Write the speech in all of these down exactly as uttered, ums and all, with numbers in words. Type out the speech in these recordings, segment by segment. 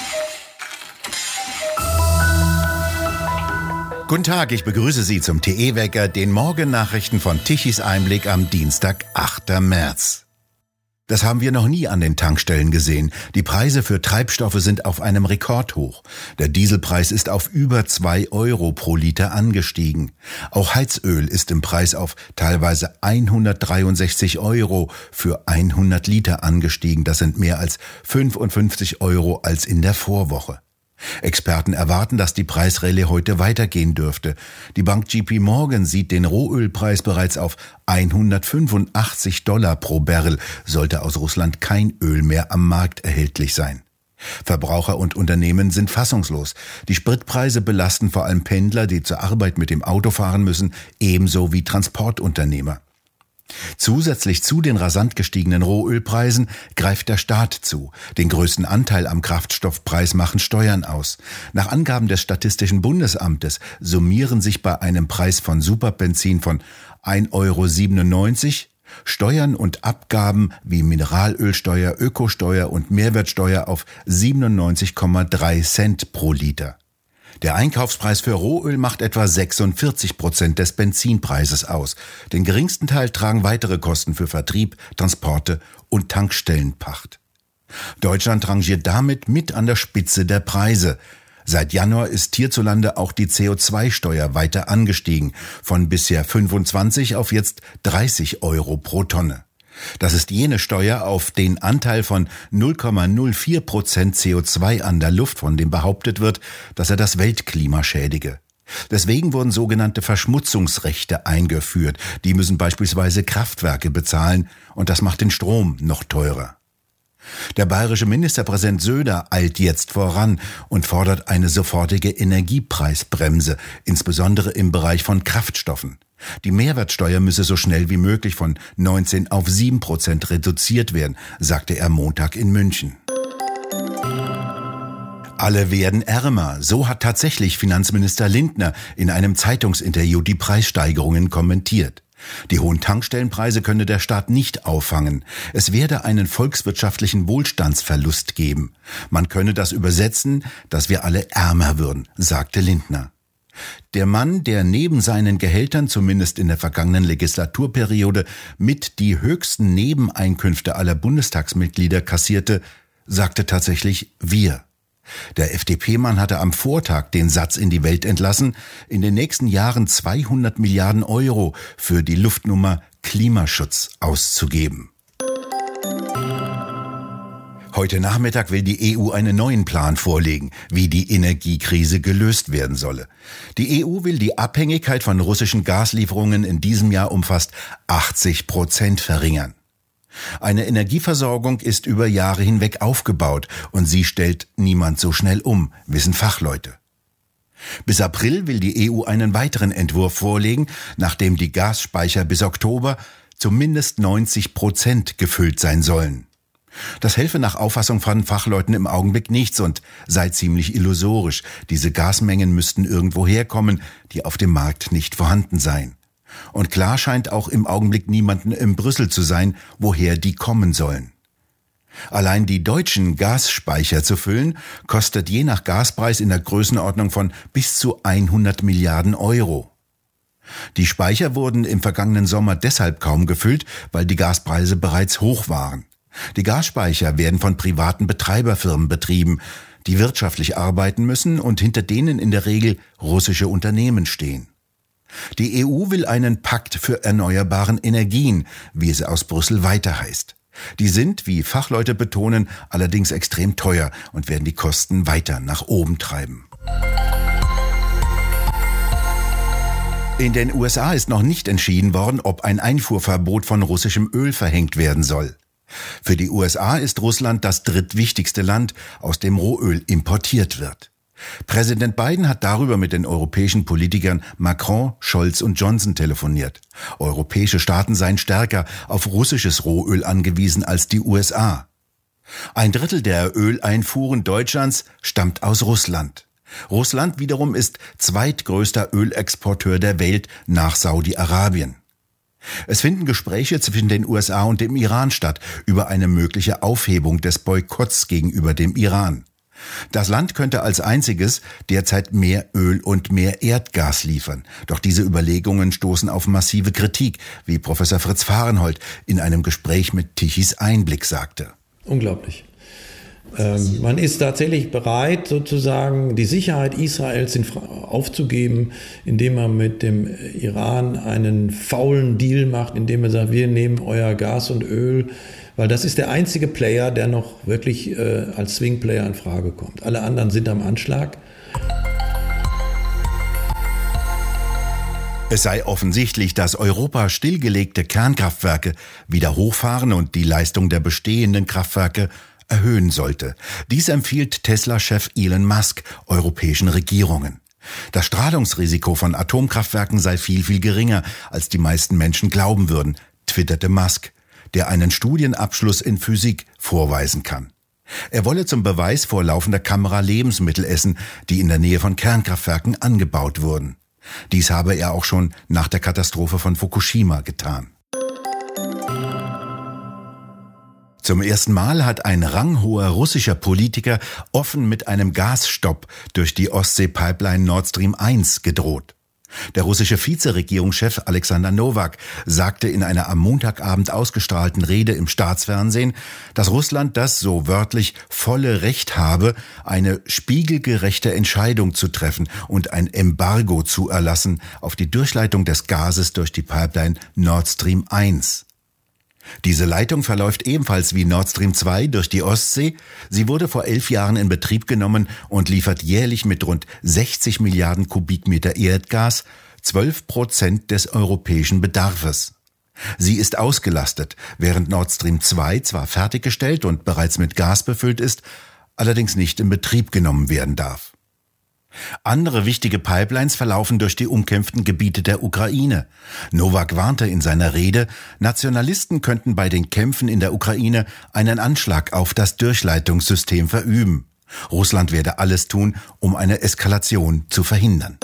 Guten Tag, ich begrüße Sie zum T E-Wecker, den Morgennachrichten von Tichys Einblick am Dienstag, achten März. Das haben wir noch nie an den Tankstellen gesehen. Die Preise für Treibstoffe sind auf einem Rekordhoch. Der Dieselpreis ist auf über zwei Euro pro Liter angestiegen. Auch Heizöl ist im Preis auf teilweise hundertdreiundsechzig Euro für hundert Liter angestiegen. Das sind mehr als fünfundfünfzig Euro als in der Vorwoche. Experten erwarten, dass die Preisrallye heute weitergehen dürfte. Die Bank J P Morgan sieht den Rohölpreis bereits auf hundertfünfundachtzig Dollar pro Barrel, sollte aus Russland kein Öl mehr am Markt erhältlich sein. Verbraucher und Unternehmen sind fassungslos. Die Spritpreise belasten vor allem Pendler, die zur Arbeit mit dem Auto fahren müssen, ebenso wie Transportunternehmer. Zusätzlich zu den rasant gestiegenen Rohölpreisen greift der Staat zu. Den größten Anteil am Kraftstoffpreis machen Steuern aus. Nach Angaben des Statistischen Bundesamtes summieren sich bei einem Preis von Superbenzin von ein Euro siebenundneunzig Steuern und Abgaben wie Mineralölsteuer, Ökosteuer und Mehrwertsteuer auf siebenundneunzig Komma drei Cent pro Liter. Der Einkaufspreis für Rohöl macht etwa sechsundvierzig Prozent des Benzinpreises aus. Den geringsten Teil tragen weitere Kosten für Vertrieb, Transporte und Tankstellenpacht. Deutschland rangiert damit mit an der Spitze der Preise. Seit Januar ist hierzulande auch die C O zwei Steuer weiter angestiegen, von bisher fünfundzwanzig auf jetzt dreißig Euro pro Tonne. Das ist jene Steuer auf den Anteil von null Komma null vier Prozent C O zwei an der Luft, von dem behauptet wird, dass er das Weltklima schädige. Deswegen wurden sogenannte Verschmutzungsrechte eingeführt. Die müssen beispielsweise Kraftwerke bezahlen und das macht den Strom noch teurer. Der bayerische Ministerpräsident Söder eilt jetzt voran und fordert eine sofortige Energiepreisbremse, insbesondere im Bereich von Kraftstoffen. Die Mehrwertsteuer müsse so schnell wie möglich von neunzehn auf sieben Prozent reduziert werden, sagte er Montag in München. Alle werden ärmer. So hat tatsächlich Finanzminister Lindner in einem Zeitungsinterview die Preissteigerungen kommentiert. Die hohen Tankstellenpreise könne der Staat nicht auffangen. Es werde einen volkswirtschaftlichen Wohlstandsverlust geben. Man könne das übersetzen, dass wir alle ärmer würden, sagte Lindner. Der Mann, der neben seinen Gehältern zumindest in der vergangenen Legislaturperiode mit die höchsten Nebeneinkünfte aller Bundestagsmitglieder kassierte, sagte tatsächlich wir. Der F D P-Mann hatte am Vortag den Satz in die Welt entlassen, in den nächsten Jahren zweihundert Milliarden Euro für die Luftnummer Klimaschutz auszugeben. Heute Nachmittag will die E U einen neuen Plan vorlegen, wie die Energiekrise gelöst werden solle. Die E U will die Abhängigkeit von russischen Gaslieferungen in diesem Jahr um fast achtzig Prozent verringern. Eine Energieversorgung ist über Jahre hinweg aufgebaut und sie stellt niemand so schnell um, wissen Fachleute. Bis April will die E U einen weiteren Entwurf vorlegen, nachdem die Gasspeicher bis Oktober zumindest neunzig Prozent gefüllt sein sollen. Das helfe nach Auffassung von Fachleuten im Augenblick nichts und sei ziemlich illusorisch. Diese Gasmengen müssten irgendwo herkommen, die auf dem Markt nicht vorhanden seien. Und klar scheint auch im Augenblick niemanden in Brüssel zu sein, woher die kommen sollen. Allein die deutschen Gasspeicher zu füllen, kostet je nach Gaspreis in der Größenordnung von bis zu hundert Milliarden Euro. Die Speicher wurden im vergangenen Sommer deshalb kaum gefüllt, weil die Gaspreise bereits hoch waren. Die Gasspeicher werden von privaten Betreiberfirmen betrieben, die wirtschaftlich arbeiten müssen und hinter denen in der Regel russische Unternehmen stehen. Die E U will einen Pakt für erneuerbaren Energien, wie es aus Brüssel weiter heißt. Die sind, wie Fachleute betonen, allerdings extrem teuer und werden die Kosten weiter nach oben treiben. In den U S A ist noch nicht entschieden worden, ob ein Einfuhrverbot von russischem Öl verhängt werden soll. Für die U S A ist Russland das drittwichtigste Land, aus dem Rohöl importiert wird. Präsident Biden hat darüber mit den europäischen Politikern Macron, Scholz und Johnson telefoniert. Europäische Staaten seien stärker auf russisches Rohöl angewiesen als die U S A. Ein Drittel der Öleinfuhren Deutschlands stammt aus Russland. Russland wiederum ist zweitgrößter Ölexporteur der Welt nach Saudi-Arabien. Es finden Gespräche zwischen den U S A und dem Iran statt über eine mögliche Aufhebung des Boykotts gegenüber dem Iran. Das Land könnte als einziges derzeit mehr Öl und mehr Erdgas liefern. Doch diese Überlegungen stoßen auf massive Kritik, wie Professor Fritz Fahrenhold in einem Gespräch mit Tichys Einblick sagte. Unglaublich. Ähm, man ist tatsächlich bereit, sozusagen die Sicherheit Israels in Fra- aufzugeben, indem man mit dem Iran einen faulen Deal macht, indem man sagt, wir nehmen euer Gas und Öl, weil das ist der einzige Player, der noch wirklich äh, als Swing-Player in Frage kommt. Alle anderen sind am Anschlag. Es sei offensichtlich, dass Europa stillgelegte Kernkraftwerke wieder hochfahren und die Leistung der bestehenden Kraftwerke erhöhen sollte. Dies empfiehlt Tesla-Chef Elon Musk europäischen Regierungen. Das Strahlungsrisiko von Atomkraftwerken sei viel, viel geringer, als die meisten Menschen glauben würden, twitterte Musk, der einen Studienabschluss in Physik vorweisen kann. Er wolle zum Beweis vor laufender Kamera Lebensmittel essen, die in der Nähe von Kernkraftwerken angebaut wurden. Dies habe er auch schon nach der Katastrophe von Fukushima getan. Zum ersten Mal hat ein ranghoher russischer Politiker offen mit einem Gasstopp durch die Ostsee-Pipeline Nord Stream eins gedroht. Der russische Vizeregierungschef Alexander Nowak sagte in einer am Montagabend ausgestrahlten Rede im Staatsfernsehen, dass Russland das so wörtlich volle Recht habe, eine spiegelgerechte Entscheidung zu treffen und ein Embargo zu erlassen auf die Durchleitung des Gases durch die Pipeline Nord Stream eins. Diese Leitung verläuft ebenfalls wie Nord Stream zwei durch die Ostsee. Sie wurde vor elf Jahren in Betrieb genommen und liefert jährlich mit rund sechzig Milliarden Kubikmeter Erdgas zwölf Prozent des europäischen Bedarfes. Sie ist ausgelastet, während Nord Stream zwei zwar fertiggestellt und bereits mit Gas befüllt ist, allerdings nicht in Betrieb genommen werden darf. Andere wichtige Pipelines verlaufen durch die umkämpften Gebiete der Ukraine. Nowak warnte in seiner Rede, Nationalisten könnten bei den Kämpfen in der Ukraine einen Anschlag auf das Durchleitungssystem verüben. Russland werde alles tun, um eine Eskalation zu verhindern.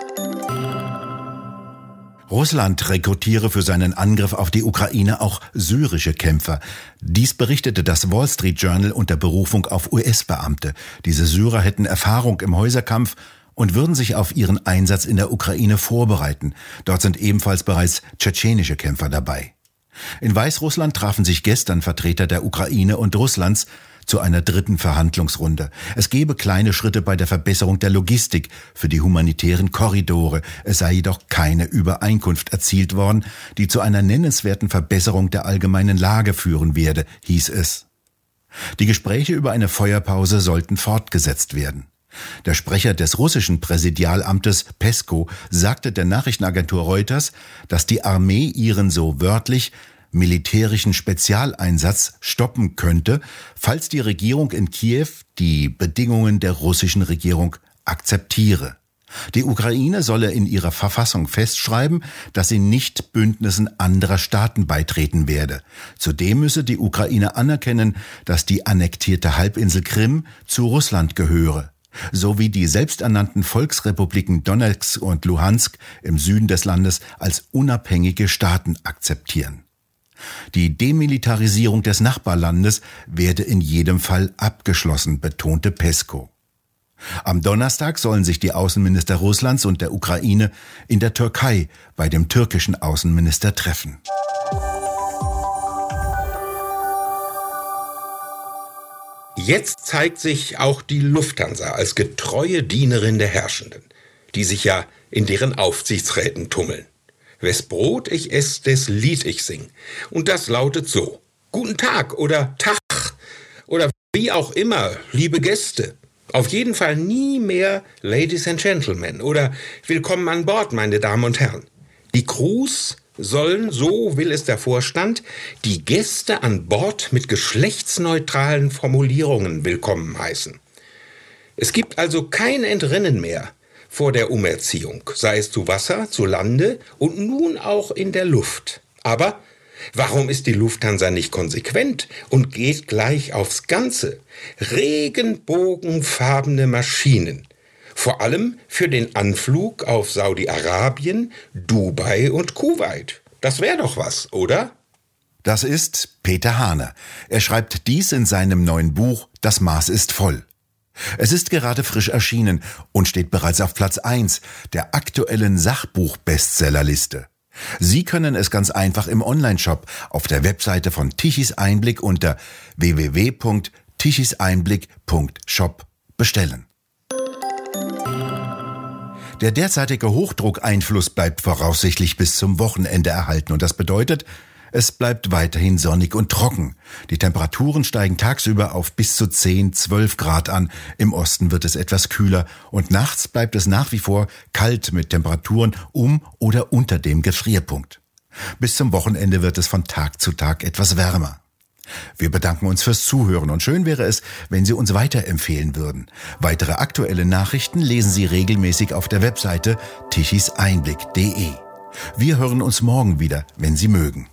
Russland rekrutiere für seinen Angriff auf die Ukraine auch syrische Kämpfer. Dies berichtete das Wall Street Journal unter Berufung auf U S-Beamte. Diese Syrer hätten Erfahrung im Häuserkampf und würden sich auf ihren Einsatz in der Ukraine vorbereiten. Dort sind ebenfalls bereits tschetschenische Kämpfer dabei. In Weißrussland trafen sich gestern Vertreter der Ukraine und Russlands zu einer dritten Verhandlungsrunde. Es gebe kleine Schritte bei der Verbesserung der Logistik für die humanitären Korridore. Es sei jedoch keine Übereinkunft erzielt worden, die zu einer nennenswerten Verbesserung der allgemeinen Lage führen werde, hieß es. Die Gespräche über eine Feuerpause sollten fortgesetzt werden. Der Sprecher des russischen Präsidialamtes Pesko sagte der Nachrichtenagentur Reuters, dass die Armee ihren so wörtlich militärischen Spezialeinsatz stoppen könnte, falls die Regierung in Kiew die Bedingungen der russischen Regierung akzeptiere. Die Ukraine solle in ihrer Verfassung festschreiben, dass sie nicht Bündnissen anderer Staaten beitreten werde. Zudem müsse die Ukraine anerkennen, dass die annektierte Halbinsel Krim zu Russland gehöre, sowie die selbsternannten Volksrepubliken Donetsk und Luhansk im Süden des Landes als unabhängige Staaten akzeptieren. Die Demilitarisierung des Nachbarlandes werde in jedem Fall abgeschlossen, betonte Pesko. Am Donnerstag sollen sich die Außenminister Russlands und der Ukraine in der Türkei bei dem türkischen Außenminister treffen. Jetzt zeigt sich auch die Lufthansa als getreue Dienerin der Herrschenden, die sich ja in deren Aufsichtsräten tummeln. Wes Brot ich ess, des Lied ich sing. Und das lautet so: Guten Tag oder Tag oder wie auch immer, liebe Gäste. Auf jeden Fall nie mehr Ladies and Gentlemen oder Willkommen an Bord, meine Damen und Herren. Die Crews sollen, so will es der Vorstand, die Gäste an Bord mit geschlechtsneutralen Formulierungen willkommen heißen. Es gibt also kein Entrinnen mehr vor der Umerziehung, sei es zu Wasser, zu Lande und nun auch in der Luft. Aber warum ist die Lufthansa nicht konsequent und geht gleich aufs Ganze? Regenbogenfarbene Maschinen. Vor allem für den Anflug auf Saudi-Arabien, Dubai und Kuwait. Das wäre doch was, oder? Das ist Peter Hahner. Er schreibt dies in seinem neuen Buch »Das Maß ist voll«. Es ist gerade frisch erschienen und steht bereits auf Platz eins der aktuellen Sachbuch-Bestsellerliste. Sie können es ganz einfach im Onlineshop auf der Webseite von Tichys Einblick unter w w w punkt tichiseinblick punkt shop bestellen. Der derzeitige Hochdruckeinfluss bleibt voraussichtlich bis zum Wochenende erhalten und das bedeutet, es bleibt weiterhin sonnig und trocken. Die Temperaturen steigen tagsüber auf bis zu zehn, zwölf Grad an. Im Osten wird es etwas kühler und nachts bleibt es nach wie vor kalt mit Temperaturen um oder unter dem Gefrierpunkt. Bis zum Wochenende wird es von Tag zu Tag etwas wärmer. Wir bedanken uns fürs Zuhören und schön wäre es, wenn Sie uns weiterempfehlen würden. Weitere aktuelle Nachrichten lesen Sie regelmäßig auf der Webseite tichiseinblick punkt de. Wir hören uns morgen wieder, wenn Sie mögen.